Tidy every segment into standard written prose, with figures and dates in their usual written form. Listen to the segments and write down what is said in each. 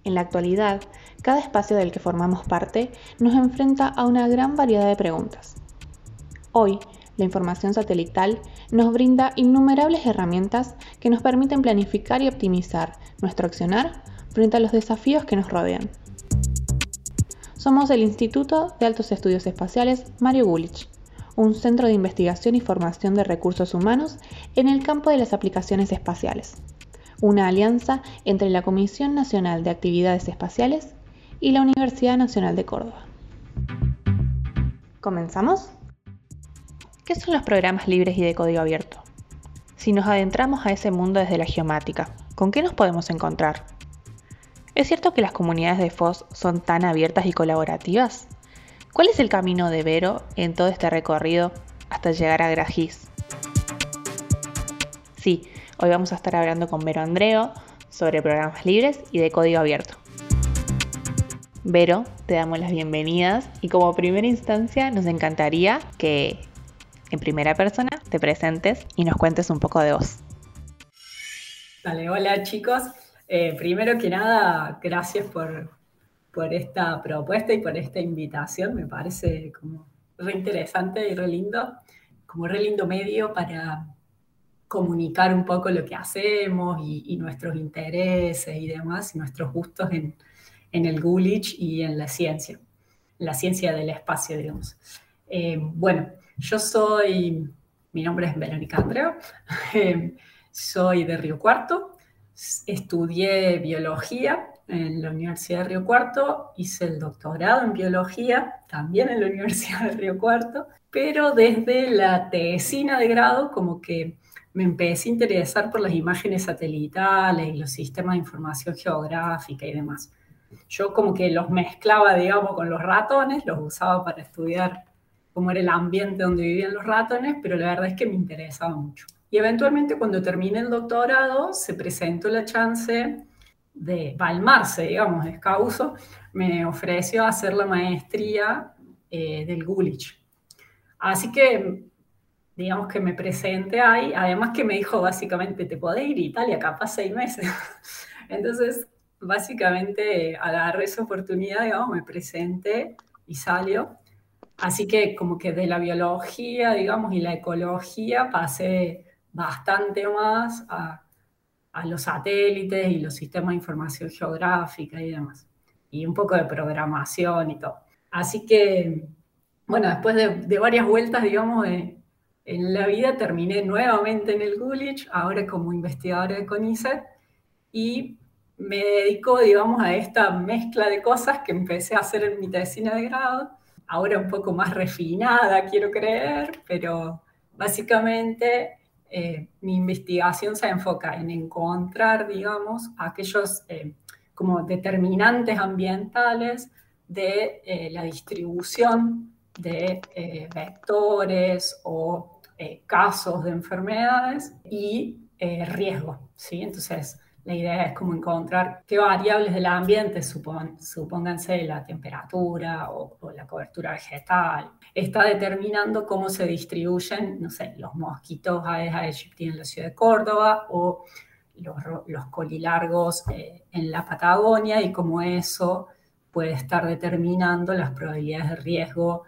En la actualidad, cada espacio del que formamos parte nos enfrenta a una gran variedad de preguntas. Hoy, la información satelital nos brinda innumerables herramientas que nos permiten planificar y optimizar nuestro accionar frente a los desafíos que nos rodean. Somos el Instituto de Altos Estudios Espaciales Mario Gulich, un centro de investigación y formación de recursos humanos en el campo de las aplicaciones espaciales, una alianza entre la Comisión Nacional de Actividades Espaciales y la Universidad Nacional de Córdoba. ¿Comenzamos? ¿Qué son los programas libres y de código abierto? Si nos adentramos a ese mundo desde la geomática, ¿con qué nos podemos encontrar? ¿Es cierto que las comunidades de FOSS son tan abiertas y colaborativas? ¿Cuál es el camino de Vero en todo este recorrido hasta llegar a Grajís? Sí, hoy vamos a estar hablando con Vero Andreo sobre programas libres y de código abierto. Vero, te damos las bienvenidas y como primera instancia nos encantaría que en primera persona te presentes y nos cuentes un poco de vos. Dale, hola chicos. Primero que nada, gracias por esta propuesta y por esta invitación. Me parece como re interesante y re lindo, como re lindo medio para comunicar un poco lo que hacemos y nuestros intereses y demás, y nuestros gustos en el Gulich y en la ciencia del espacio, digamos. Bueno, mi nombre es Verónica Andreu, soy de Río Cuarto, estudié biología en la Universidad de Río Cuarto, hice el doctorado en biología también en la Universidad de Río Cuarto, pero desde la tesina de grado como que me empecé a interesar por las imágenes satelitales y los sistemas de información geográfica y demás. Yo como que los mezclaba, digamos, con los ratones, los usaba para estudiar cómo era el ambiente donde vivían los ratones, pero la verdad es que me interesaba mucho. Y eventualmente cuando terminé el doctorado se presentó la chance de Balmarce, digamos, de Scauso, me ofreció hacer la maestría del Gulich. Así que, digamos que me presenté ahí, además que me dijo básicamente, te podés ir a Italia capaz 6 meses. Entonces, básicamente agarré esa oportunidad, digamos, me presenté y salió. Así que como que de la biología, digamos, y la ecología pasé bastante más a los satélites y los sistemas de información geográfica y demás. Y un poco de programación y todo. Así que, bueno, después de varias vueltas, digamos, en la vida, terminé nuevamente en el Gulich, ahora como investigadora de CONICET, y me dedico, digamos, a esta mezcla de cosas que empecé a hacer en mi tesina de grado, ahora un poco más refinada, quiero creer, pero básicamente mi investigación se enfoca en encontrar, digamos, aquellos como determinantes ambientales de la distribución de vectores o casos de enfermedades y riesgo, ¿sí? Entonces, la idea es como encontrar qué variables del ambiente, supónganse la temperatura o la cobertura vegetal, está determinando cómo se distribuyen, no sé, los mosquitos Aedes aegypti en la ciudad de Córdoba o los colilargos en la Patagonia y cómo eso puede estar determinando las probabilidades de riesgo,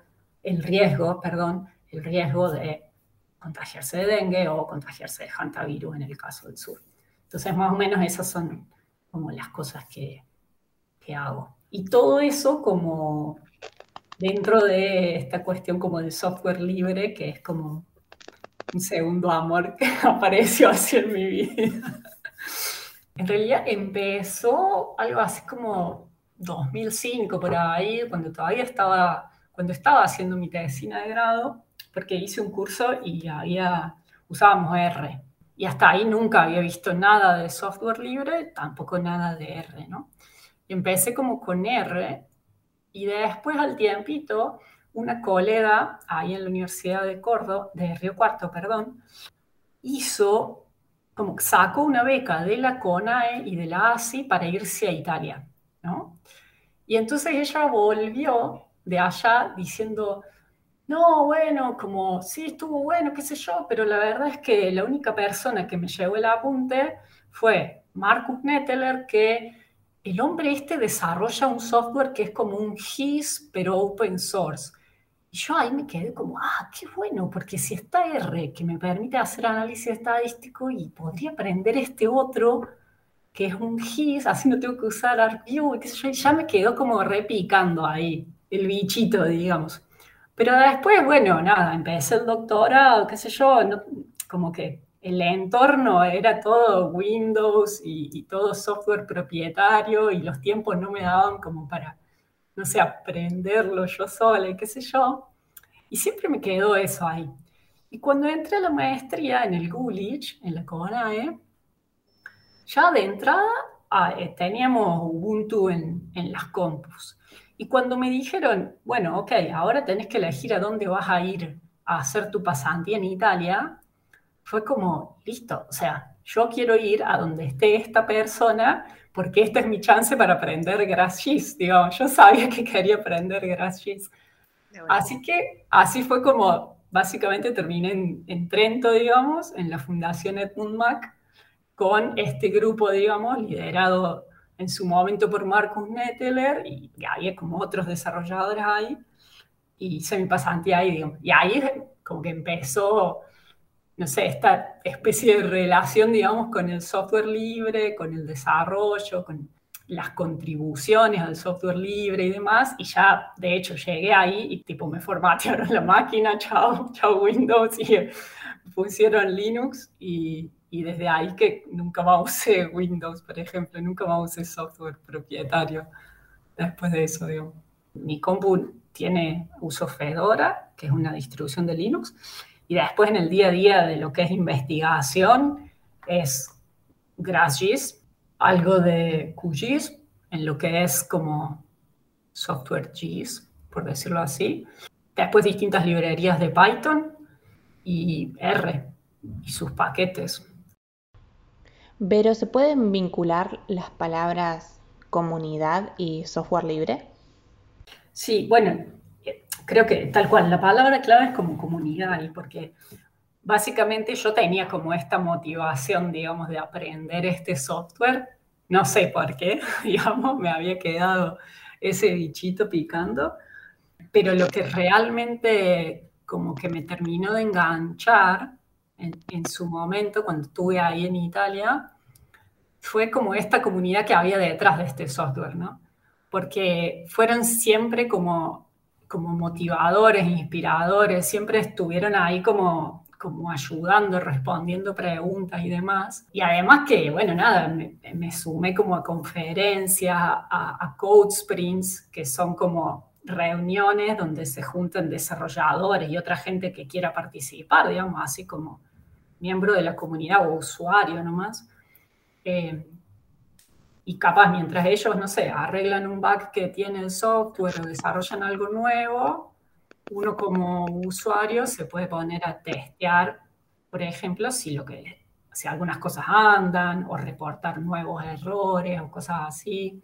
el riesgo de contagiarse de dengue o contagiarse de hantavirus en el caso del sur. Entonces, más o menos esas son como las cosas que hago. Y todo eso como dentro de esta cuestión como del software libre, que es como un segundo amor que apareció así en mi vida. En realidad empezó algo así como 2005 por ahí, cuando estaba haciendo mi tesina de grado, porque hice un curso y usábamos R. Y hasta ahí nunca había visto nada de software libre, tampoco nada de R, ¿no? Y empecé como con R y después al tiempito una colega ahí en la Universidad de Córdoba, de Río Cuarto, perdón, como sacó una beca de la CONAE y de la ASI para irse a Italia, ¿no? Y entonces ella volvió de allá diciendo, no, bueno, como sí estuvo bueno, qué sé yo, pero la verdad es que la única persona que me llevó el apunte fue Marcus Netteler, que el hombre este desarrolla un software que es como un GIS, pero open source. Y yo ahí me quedé como, qué bueno, porque si está R, que me permite hacer análisis estadístico, y podría aprender este otro, que es un GIS, así no tengo que usar ArcView, y qué sé yo, y ya me quedó como repicando ahí, el bichito, digamos. Pero después, bueno, nada, empecé el doctorado, qué sé yo, como que el entorno era todo Windows y todo software propietario, y los tiempos no me daban como para, no sé, aprenderlo yo sola y qué sé yo. Y siempre me quedó eso ahí. Y cuando entré a la maestría en el Gulich, en la CONAE, ya de entrada teníamos Ubuntu en las compus. Y cuando me dijeron, bueno, ok, ahora tenés que elegir a dónde vas a ir a hacer tu pasantía en Italia, fue como, listo, o sea, yo quiero ir a donde esté esta persona porque esta es mi chance para aprender GraphGIS, digamos. Yo sabía que quería aprender GraphGIS. Así que así fue como básicamente terminé en Trento, digamos, en la Fundación Edmund Mac, con este grupo, digamos, liderado en su momento por Marcus Netteler, y había como otros desarrolladores ahí, y hice mi pasantía ahí, digamos. Y ahí como que empezó, no sé, esta especie de relación, digamos, con el software libre, con el desarrollo, con las contribuciones al software libre y demás, y ya, de hecho, llegué ahí y tipo me formatearon la máquina, chao, chao Windows, y pusieron Linux, y desde ahí que nunca más usé Windows, por ejemplo, nunca más usé software propietario después de eso, digo. Mi compu uso Fedora, que es una distribución de Linux, y después en el día a día de lo que es investigación es GraphGIS, algo de QGIS, en lo que es como software GIS, por decirlo así. Después distintas librerías de Python y R y sus paquetes. Pero ¿se pueden vincular las palabras comunidad y software libre? Sí, bueno, creo que tal cual, la palabra clave es como comunidad, y porque básicamente yo tenía como esta motivación, digamos, de aprender este software, no sé por qué, digamos, me había quedado ese bichito picando, pero lo que realmente como que me terminó de enganchar en su momento, cuando estuve ahí en Italia, fue como esta comunidad que había detrás de este software, ¿no? Porque fueron siempre como motivadores, inspiradores, siempre estuvieron ahí como ayudando, respondiendo preguntas y demás. Y además que, bueno, nada, me sumé como a conferencias, a Code Sprints, que son como reuniones donde se juntan desarrolladores y otra gente que quiera participar, digamos, así como miembro de la comunidad o usuario nomás. Eh, y capaz mientras ellos, no sé, arreglan un bug que tiene el software o desarrollan algo nuevo, uno como usuario se puede poner a testear, por ejemplo, si algunas cosas andan, o reportar nuevos errores o cosas así.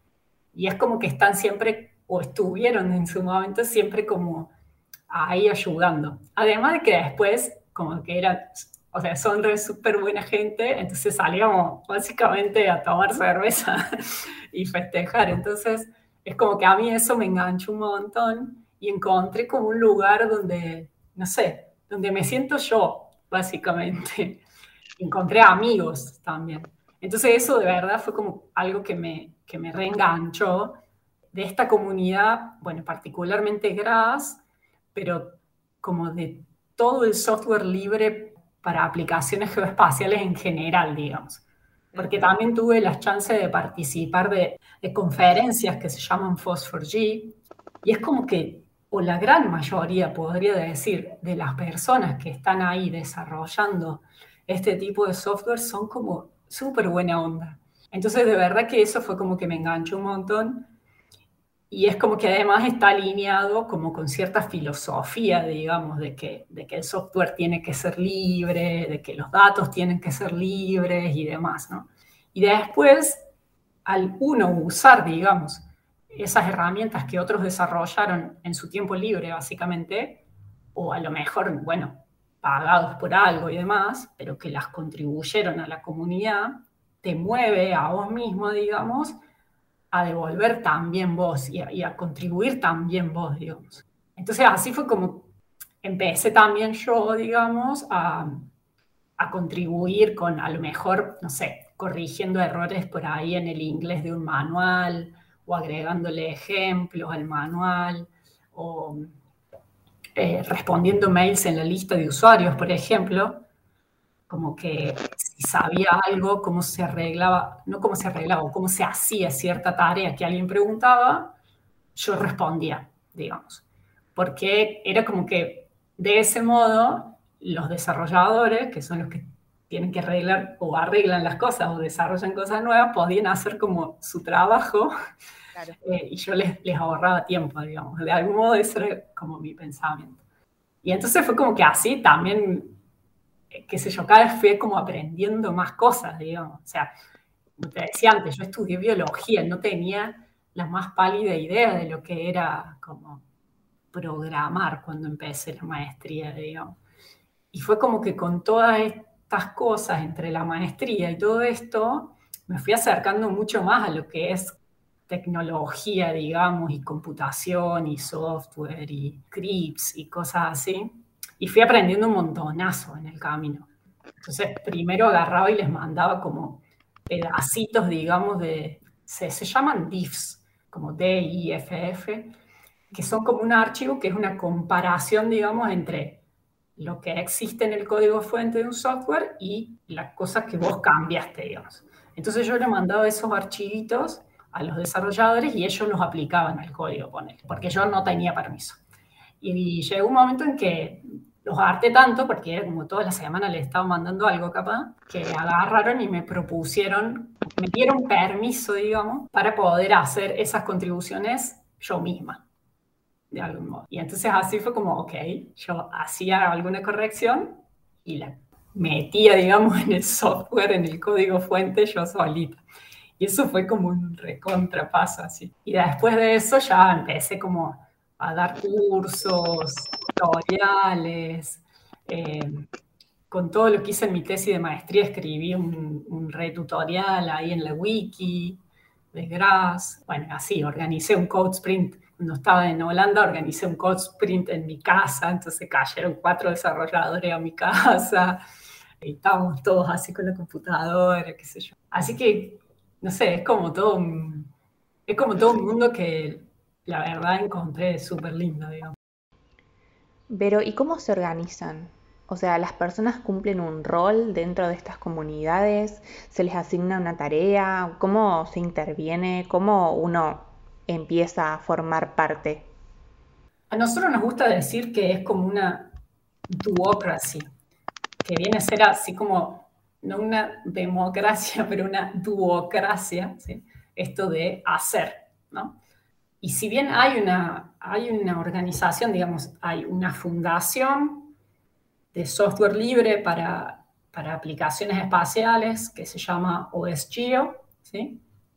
Y es como que están siempre, o estuvieron en su momento siempre como ahí ayudando. Además de que después, como que era, o sea, son súper buena gente, entonces salíamos básicamente a tomar cerveza y festejar. Entonces, es como que a mí eso me enganchó un montón, y encontré como un lugar donde, no sé, donde me siento yo, básicamente. Encontré amigos también. Entonces, eso de verdad fue como algo que me reenganchó de esta comunidad, bueno, particularmente GRAS, pero como de todo el software libre para aplicaciones geoespaciales en general, digamos. Porque también tuve la chance de participar de conferencias que se llaman Phosphor-G, y es como que, o la gran mayoría, podría decir, de las personas que están ahí desarrollando este tipo de software son como súper buena onda. Entonces, de verdad que eso fue como que me enganchó un montón, y es como que además está alineado como con cierta filosofía, digamos, de que el software tiene que ser libre, de que los datos tienen que ser libres y demás, ¿no? Y después, al uno usar, digamos, esas herramientas que otros desarrollaron en su tiempo libre, básicamente, o a lo mejor, bueno, pagados por algo y demás, pero que las contribuyeron a la comunidad, te mueve a vos mismo, digamos, a devolver también vos y a contribuir también vos, digamos. Entonces así fue como empecé también yo, digamos, a contribuir con a lo mejor, no sé, corrigiendo errores por ahí en el inglés de un manual o agregándole ejemplos al manual o respondiendo mails en la lista de usuarios, por ejemplo, como que si sabía algo, cómo se arreglaba, no cómo se arreglaba, cómo se hacía cierta tarea que alguien preguntaba, yo respondía, digamos. Porque era como que de ese modo los desarrolladores, que son los que tienen que arreglar o arreglan las cosas o desarrollan cosas nuevas, podían hacer como su trabajo Claro. y yo les ahorraba tiempo, digamos. De algún modo eso era como mi pensamiento. Y entonces fue como que así también, qué sé yo, cada vez fui como aprendiendo más cosas, digamos. O sea, como te decía antes, yo estudié biología, no tenía la más pálida idea de lo que era como programar cuando empecé la maestría, digamos. Y fue como que con todas estas cosas, entre la maestría y todo esto, me fui acercando mucho más a lo que es tecnología, digamos, y computación, y software, y scripts, y cosas así. Y fui aprendiendo un montonazo en el camino. Entonces, primero agarraba y les mandaba como pedacitos, digamos, se llaman diffs, como DIFF, que son como un archivo que es una comparación, digamos, entre lo que existe en el código fuente de un software y las cosas que vos cambiaste, digamos. Entonces yo le mandaba esos archivitos a los desarrolladores y ellos los aplicaban al código, porque yo no tenía permiso. Y llegó un momento en que los harté tanto, porque era como toda la semana les estaba mandando algo capaz, que agarraron y me propusieron, me dieron permiso, digamos, para poder hacer esas contribuciones yo misma, de algún modo. Y entonces así fue como, ok, yo hacía alguna corrección y la metía, digamos, en el software, en el código fuente yo solita. Y eso fue como un recontrapaso así. Y después de eso ya empecé como a dar cursos, tutoriales. Con todo lo que hice en mi tesis de maestría escribí un retutorial ahí en la wiki de Gras. Bueno, así, organicé un code sprint. Cuando estaba en Holanda organicé un code sprint en mi casa, entonces cayeron 4 desarrolladores a mi casa y estábamos todos así con la computadora, qué sé yo. Así que, no sé, es como todo un mundo que la verdad encontré súper lindo, digamos. Pero, ¿y cómo se organizan? O sea, ¿las personas cumplen un rol dentro de estas comunidades? ¿Se les asigna una tarea? ¿Cómo se interviene? ¿Cómo uno empieza a formar parte? A nosotros nos gusta decir que es como una duocracy, que viene a ser así como, no una democracia, pero una duocracia, ¿sí? Esto de hacer, ¿no? Y si bien hay una organización, digamos, hay una fundación de software libre para aplicaciones espaciales que se llama OSGeo, ¿sí?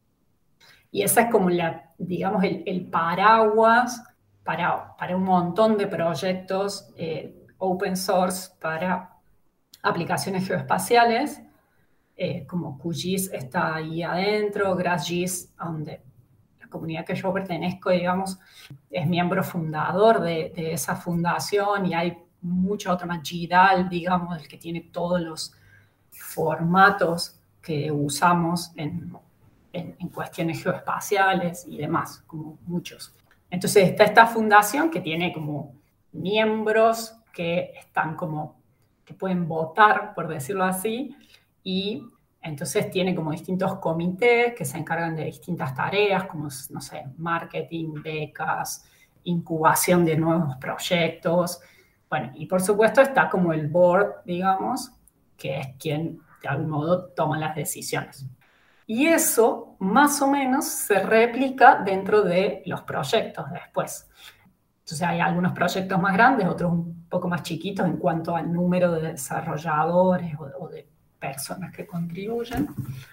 Y esa es como digamos, el paraguas para un montón de proyectos open source para aplicaciones geoespaciales, como QGIS está ahí adentro, GrassGIS, donde la comunidad que yo pertenezco, digamos, es miembro fundador de esa fundación, y hay mucho otro más, GIDAL, digamos, el que tiene todos los formatos que usamos en cuestiones geoespaciales y demás, como muchos. Entonces está esta fundación que tiene como miembros que están como, que pueden votar, por decirlo así, y entonces tiene como distintos comités que se encargan de distintas tareas, como, no sé, marketing, becas, incubación de nuevos proyectos. Bueno, y por supuesto está como el board, digamos, que es quien de algún modo toma las decisiones. Y eso más o menos se replica dentro de los proyectos después. Entonces hay algunos proyectos más grandes, otros un poco más chiquitos en cuanto al número de desarrolladores o de personas que contribuyen.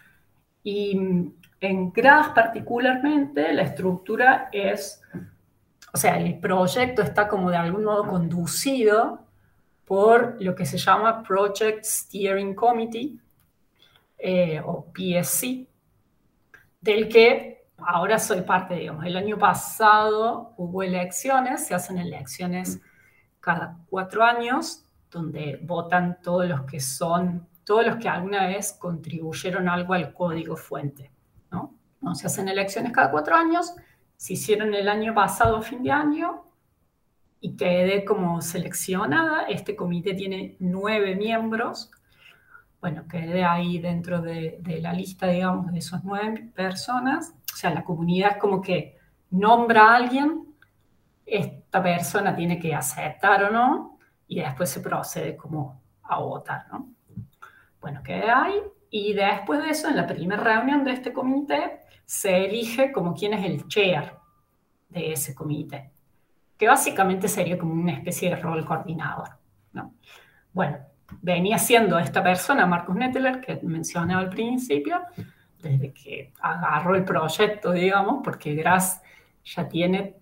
Y en GRAS particularmente la estructura es, o sea, el proyecto está como de algún modo conducido por lo que se llama Project Steering Committee, o PSC, del que Ahora soy parte, digamos, el año pasado hubo elecciones, se hacen elecciones cada 4 años, donde votan todos los que alguna vez contribuyeron algo al código fuente, ¿no? No, se hacen elecciones cada 4 años, se hicieron el año pasado, a fin de año, y quedé como seleccionada. Este comité tiene 9 miembros. Bueno, quedé ahí dentro de la lista, digamos, de esos 9 personas. O sea, la comunidad es como que nombra a alguien, esta persona tiene que aceptar o no, y después se procede como a votar, ¿no? Bueno, quedé ahí, y después de eso, en la primera reunión de este comité, se elige como quién es el chair de ese comité, que básicamente sería como una especie de rol coordinador, ¿no? Bueno, venía siendo esta persona, Marcus Netteler, que mencionaba al principio, desde que agarró el proyecto, digamos, porque Graz ya tiene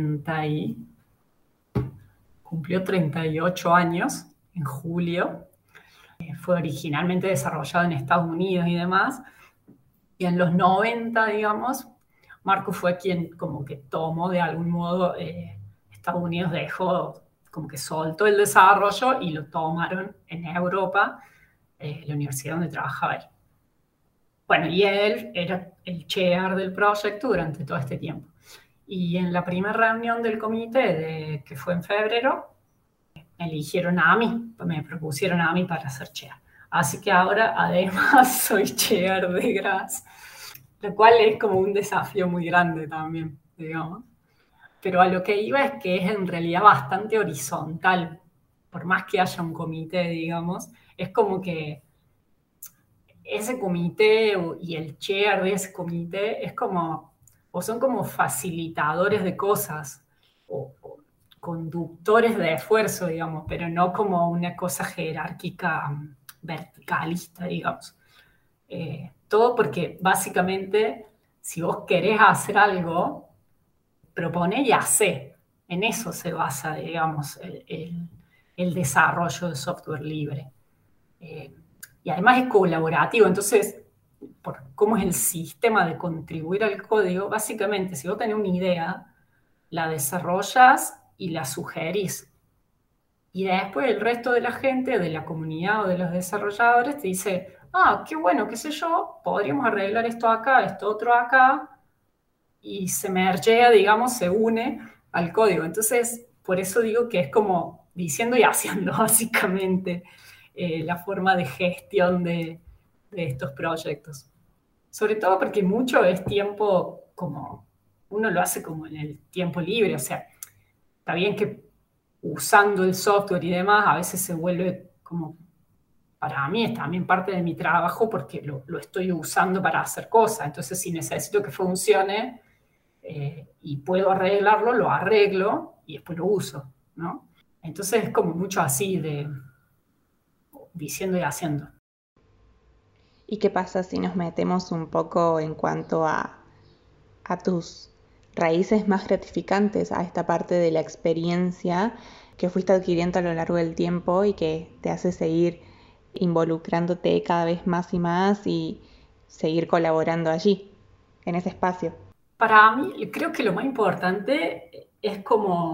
cumplió 38 años en julio. Fue originalmente desarrollado en Estados Unidos y demás, y en los 90, digamos, Marcus fue quien como que tomó de algún modo, Estados Unidos dejó, como que soltó el desarrollo y lo tomaron en Europa, la universidad donde trabajaba él. Bueno, y él era el chair del proyecto durante todo este tiempo. Y en la primera reunión del comité, que fue en febrero, me eligieron a mí, me propusieron a mí para ser chair. Así que ahora además soy chair de Graz, lo cual es como un desafío muy grande también, digamos. Pero a lo que iba es que es en realidad bastante horizontal, por más que haya un comité, digamos, es como que ese comité y el chair de ese comité es como, o son como facilitadores de cosas, o conductores de esfuerzo, digamos, pero no como una cosa jerárquica, verticalista, digamos. Todo porque básicamente, si vos querés hacer algo, propone y hace. En eso se basa, digamos, el desarrollo de software libre. Y además es colaborativo, entonces, por cómo es el sistema de contribuir al código, básicamente, si vos tenés una idea, la desarrollas y la sugerís. Y después el resto de la gente, de la comunidad o de los desarrolladores, te dice, qué bueno, qué sé yo, podríamos arreglar esto acá, esto otro acá, y se mergea, digamos, se une al código. Entonces, por eso digo que es como diciendo y haciendo, básicamente, la forma de gestión de estos proyectos. Sobre todo porque mucho es tiempo como, uno lo hace como en el tiempo libre, o sea, está bien que usando el software y demás, a veces se vuelve como, para mí es también parte de mi trabajo porque lo estoy usando para hacer cosas, entonces si necesito que funcione, y puedo arreglarlo, lo arreglo y después lo uso, ¿no? Entonces es como mucho así de diciendo y haciendo. ¿Y qué pasa si nos metemos un poco en cuanto a tus raíces más gratificantes, a esta parte de la experiencia que fuiste adquiriendo a lo largo del tiempo y que te hace seguir involucrándote cada vez más y más y seguir colaborando allí, en ese espacio? Para mí, creo que lo más importante es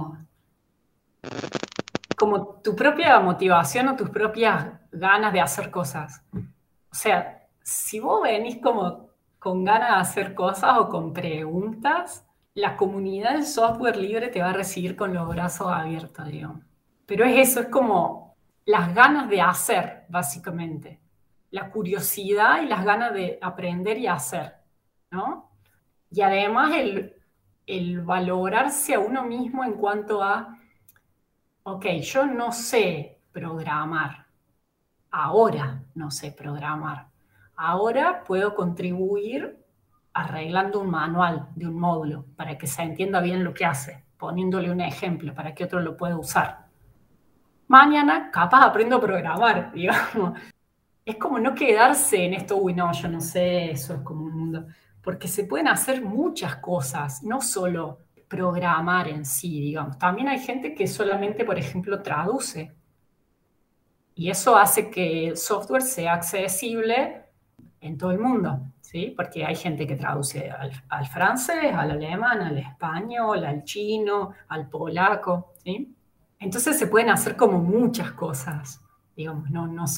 como tu propia motivación o tus propias ganas de hacer cosas. O sea, si vos venís como con ganas de hacer cosas o con preguntas, la comunidad del software libre te va a recibir con los brazos abiertos, digamos. Pero es eso, es como las ganas de hacer, básicamente. La curiosidad y las ganas de aprender y hacer, ¿no? Y además el valorarse a uno mismo en cuanto a, ok, yo no sé programar, ahora no sé programar, ahora puedo contribuir arreglando un manual de un módulo para que se entienda bien lo que hace, poniéndole un ejemplo para que otro lo pueda usar. Mañana capaz aprendo a programar, digamos. Es como no quedarse en esto, uy, no, yo no sé, eso es como un mundo, porque se pueden hacer muchas cosas, no solo programar en sí, digamos. También hay gente que solamente, por ejemplo, traduce. Y eso hace que el software sea accesible en todo el mundo, ¿sí? Porque hay gente que traduce al francés, al alemán, al español, al chino, al polaco, ¿sí? Entonces se pueden hacer como muchas cosas, digamos,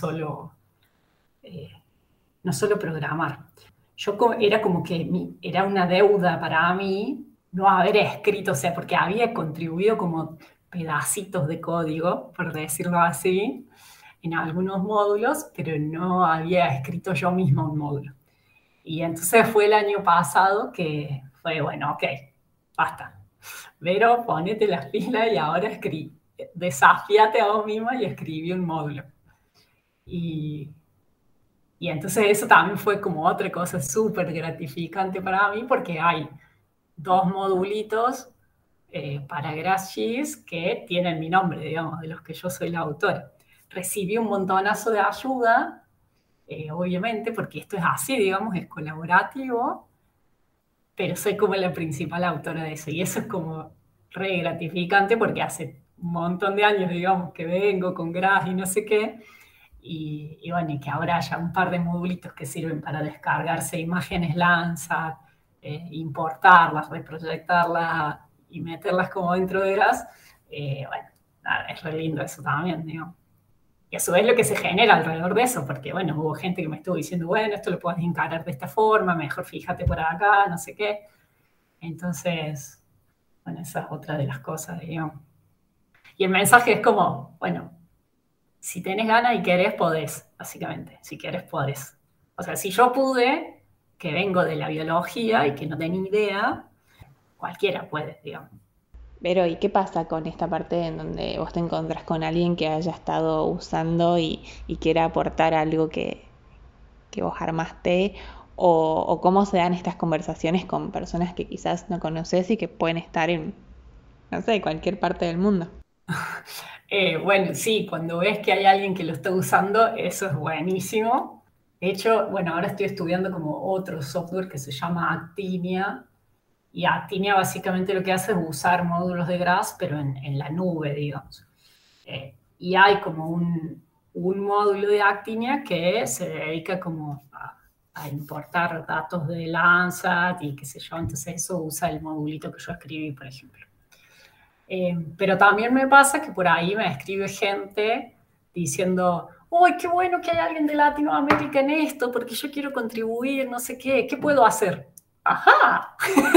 eh, no solo programar. Era como que era una deuda para mí no haber escrito, o sea, porque había contribuido como pedacitos de código, por decirlo así, en algunos módulos, pero no había escrito yo misma un módulo. Y entonces fue el año pasado que fue, bueno, ok, basta. Pero ponete las pilas y ahora desafíate a vos misma y escribí un módulo. Y, y entonces eso también fue como otra cosa súper gratificante para mí porque hay dos modulitos para GraphJS que tienen mi nombre, digamos, de los que yo soy la autora. Recibí un montonazo de ayuda, obviamente, porque esto es así, digamos, es colaborativo, pero soy como la principal autora de eso. Y eso es como re gratificante porque hace un montón de años, digamos, que vengo con Graph y no sé qué. Y bueno, y que ahora haya un par de modulitos que sirven para descargarse imágenes Landsat, importarlas, reproyectarlas y meterlas como dentro de Graph. Bueno, nada, es re lindo eso también, digo. Y a su vez lo que se genera alrededor de eso, porque bueno, hubo gente que me estuvo diciendo, bueno, esto lo puedes encarar de esta forma, mejor fíjate por acá, no sé qué. Entonces, bueno, esa es otra de las cosas, digamos. Y el mensaje es como, bueno, si tenés ganas y querés, podés, básicamente. Si querés, podés. O sea, si yo pude, que vengo de la biología y que no tenía idea, cualquiera puede, digamos. Pero, ¿y qué pasa con esta parte en donde vos te encontrás con alguien que haya estado usando y quiera aportar algo que vos armaste? O cómo se dan estas conversaciones con personas que quizás no conoces y que pueden estar en, no sé, cualquier parte del mundo? Bueno, sí, cuando ves que hay alguien que lo está usando, eso es buenísimo. De hecho, bueno, ahora estoy estudiando como otro software que se llama Actinia. Y Actinia básicamente lo que hace es usar módulos de Graphs, pero en la nube, digamos. Y hay como un módulo de Actinia que se dedica como a importar datos de Landsat y qué sé yo, entonces eso usa el modulito que yo escribí, por ejemplo. Pero también me pasa que por ahí me escribe gente diciendo, ¡uy, qué bueno que hay alguien de Latinoamérica en esto, porque yo quiero contribuir, no sé qué puedo hacer? ¡Ajá!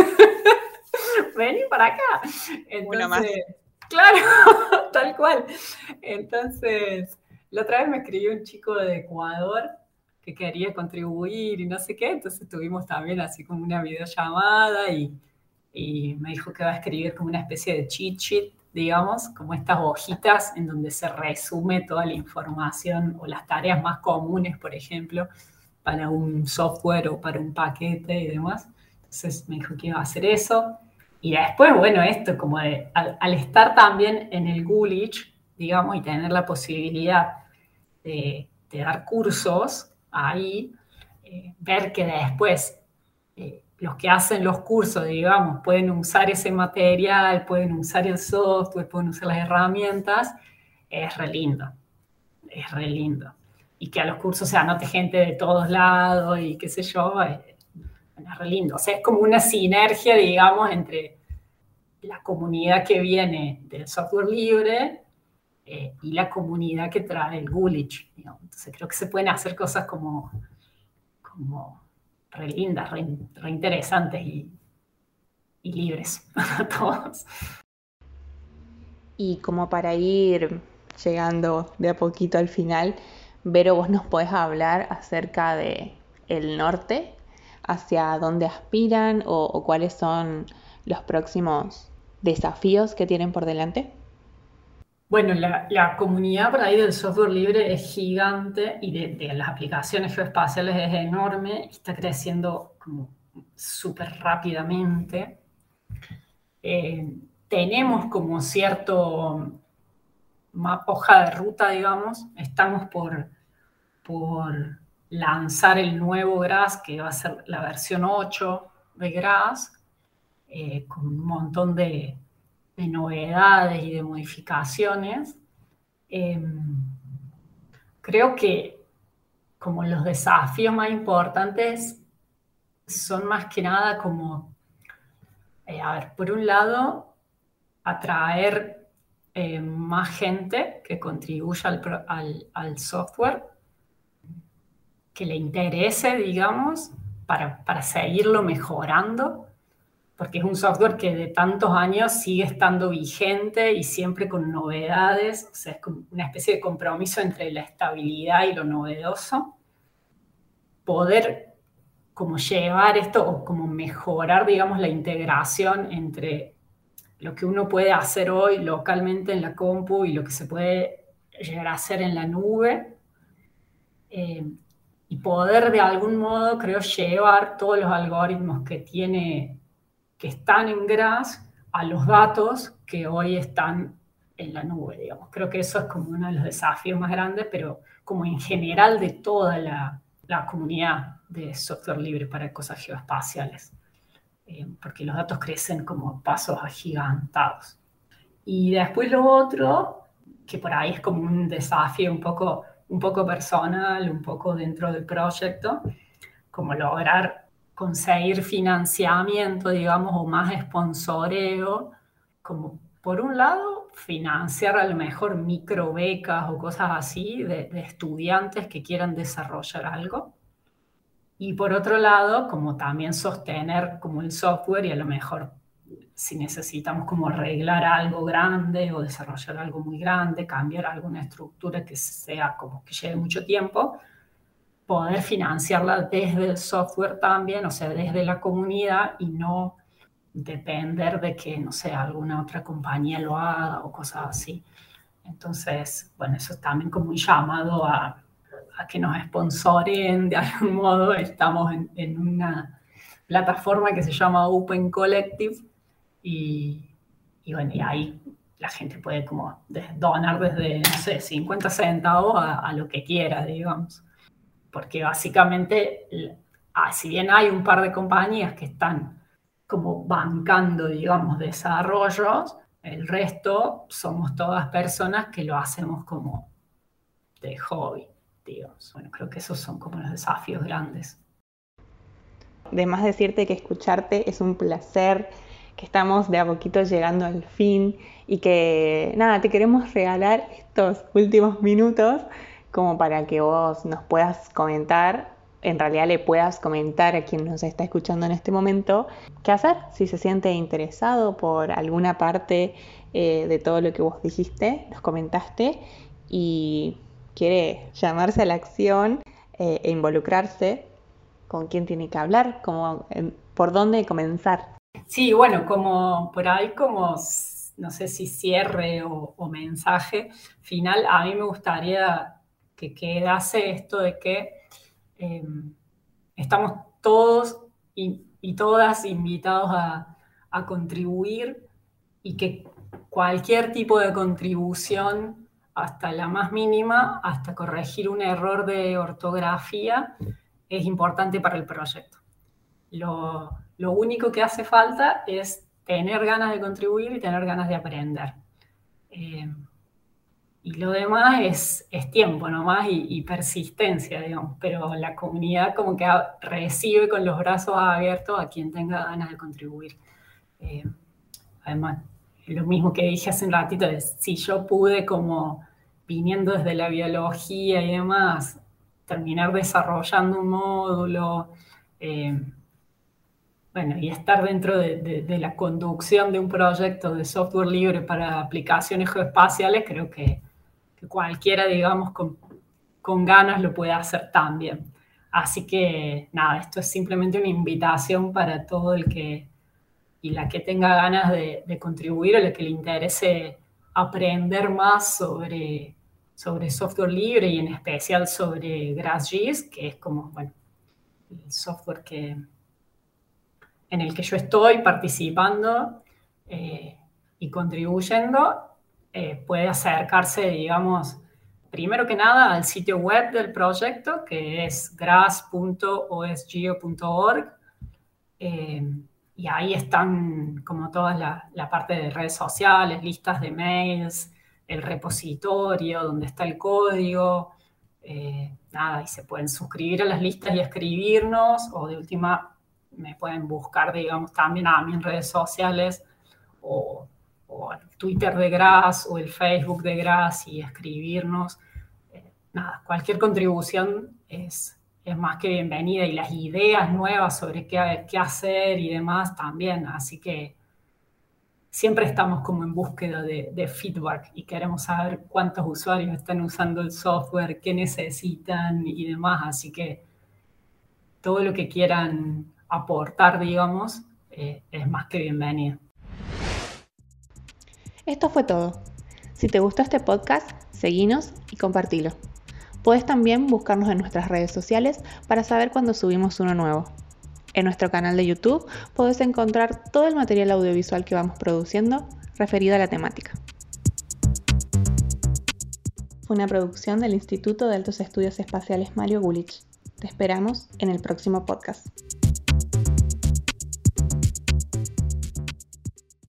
Vení para acá. Uno más. Entonces, claro, tal cual. Entonces, la otra vez me escribió un chico de Ecuador que quería contribuir y no sé qué, entonces tuvimos también así como una videollamada y me dijo que va a escribir como una especie de cheat sheet, digamos, como estas hojitas en donde se resume toda la información o las tareas más comunes, por ejemplo, para un software o para un paquete y demás. Entonces me dijo que iba a hacer eso. Y después, bueno, esto como al estar también en el Gulich, digamos, y tener la posibilidad de dar cursos ahí, ver que después los que hacen los cursos, digamos, pueden usar ese material, pueden usar el software, pueden usar las herramientas, es re lindo, es re lindo. Y que a los cursos se anote gente de todos lados y qué sé yo, es re lindo. O sea, es como una sinergia, digamos, entre la comunidad que viene del software libre y la comunidad que trae el Gulich. Digamos. Entonces creo que se pueden hacer cosas como re lindas, re interesantes y libres para todos. Y como para ir llegando de a poquito al final, Vero, vos nos podés hablar acerca de el norte, hacia dónde aspiran o cuáles son los próximos desafíos que tienen por delante. Bueno, la comunidad por ahí del software libre es gigante y de las aplicaciones geoespaciales es enorme y está creciendo como súper rápidamente. Tenemos como cierto hoja de ruta, digamos. Estamos por lanzar el nuevo GRASS, que va a ser la versión 8 de GRASS, con un montón de novedades y de modificaciones. Eh, Creo que como los desafíos más importantes son más que nada como, a ver, por un lado, atraer más gente que contribuya al software, que le interese, digamos, para seguirlo mejorando, porque es un software que de tantos años sigue estando vigente y siempre con novedades, o sea, es como una especie de compromiso entre la estabilidad y lo novedoso. Poder como llevar esto o como mejorar, digamos, la integración entre lo que uno puede hacer hoy localmente en la compu y lo que se puede llegar a hacer en la nube. Y poder de algún modo, creo, llevar todos los algoritmos que están en GRASS a los datos que hoy están en la nube, digamos. Creo que eso es como uno de los desafíos más grandes, pero como en general de toda la comunidad de software libre para cosas geoespaciales, porque los datos crecen como pasos agigantados. Y después lo otro, que por ahí es como un desafío un poco personal, un poco dentro del proyecto, como lograr conseguir financiamiento, digamos, o más sponsoreo, como por un lado financiar a lo mejor micro becas o cosas así de estudiantes que quieran desarrollar algo. Y por otro lado, como también sostener como el software y a lo mejor si necesitamos como arreglar algo grande o desarrollar algo muy grande, cambiar alguna estructura que sea como que lleve mucho tiempo, poder financiarla desde el software también, o sea, desde la comunidad y no depender de que, no sé, alguna otra compañía lo haga o cosas así. Entonces, bueno, eso es también como un llamado a que nos sponsoren de algún modo. Estamos en una plataforma que se llama Open Collective y, bueno, y ahí la gente puede como donar desde, no sé, 50 centavos a lo que quiera, digamos. Porque básicamente, si bien hay un par de compañías que están como bancando, digamos, desarrollos, el resto somos todas personas que lo hacemos como de hobby, digamos. Bueno, creo que esos son como los desafíos grandes. Además decirte que escucharte es un placer, que estamos de a poquito llegando al fin y que nada, te queremos regalar estos últimos minutos como para que vos nos puedas comentar, en realidad le puedas comentar a quien nos está escuchando en este momento, qué hacer si se siente interesado por alguna parte de todo lo que vos dijiste, nos comentaste y quiere llamarse a la acción e involucrarse. ¿Con quién tiene que hablar? ¿Por dónde comenzar? Sí, bueno, como por ahí como, no sé si cierre o mensaje final, a mí me gustaría que quedase esto de que estamos todos y todas invitados a contribuir y que cualquier tipo de contribución, hasta la más mínima, hasta corregir un error de ortografía, es importante para el proyecto. Lo único que hace falta es tener ganas de contribuir y tener ganas de aprender. Y lo demás es tiempo nomás y persistencia, digamos, pero la comunidad como que recibe con los brazos abiertos a quien tenga ganas de contribuir. Además, lo mismo que dije hace un ratito, es si yo pude como viniendo desde la biología y demás, terminar desarrollando un módulo, bueno, y estar dentro de la conducción de un proyecto de software libre para aplicaciones geoespaciales, creo que cualquiera, digamos, con ganas lo puede hacer también. Así que nada, esto es simplemente una invitación para todo el que y la que tenga ganas de contribuir o la que le interese aprender más sobre software libre y en especial sobre GrassGIS, que es como, bueno, el software en el que yo estoy participando y contribuyendo, puede acercarse, digamos, primero que nada al sitio web del proyecto, que es grass.osgeo.org. Y ahí están como toda la parte de redes sociales, listas de mails, el repositorio donde está el código, Nada, y se pueden suscribir a las listas y escribirnos, o de última me pueden buscar, digamos, también a mí en redes sociales, o el Twitter de Graz, o el Facebook de Graz, y escribirnos. Nada, cualquier contribución es más que bienvenida, y las ideas nuevas sobre qué hacer y demás también, así que siempre estamos como en búsqueda de feedback y queremos saber cuántos usuarios están usando el software, qué necesitan y demás, así que todo lo que quieran aportar, digamos, es más que bienvenido. Esto fue todo. Si te gustó este podcast, seguinos y compartilo. Puedes también buscarnos en nuestras redes sociales para saber cuando subimos uno nuevo. En nuestro canal de YouTube podés encontrar todo el material audiovisual que vamos produciendo referido a la temática. Fue una producción del Instituto de Altos Estudios Espaciales Mario Gulich. Te esperamos en el próximo podcast.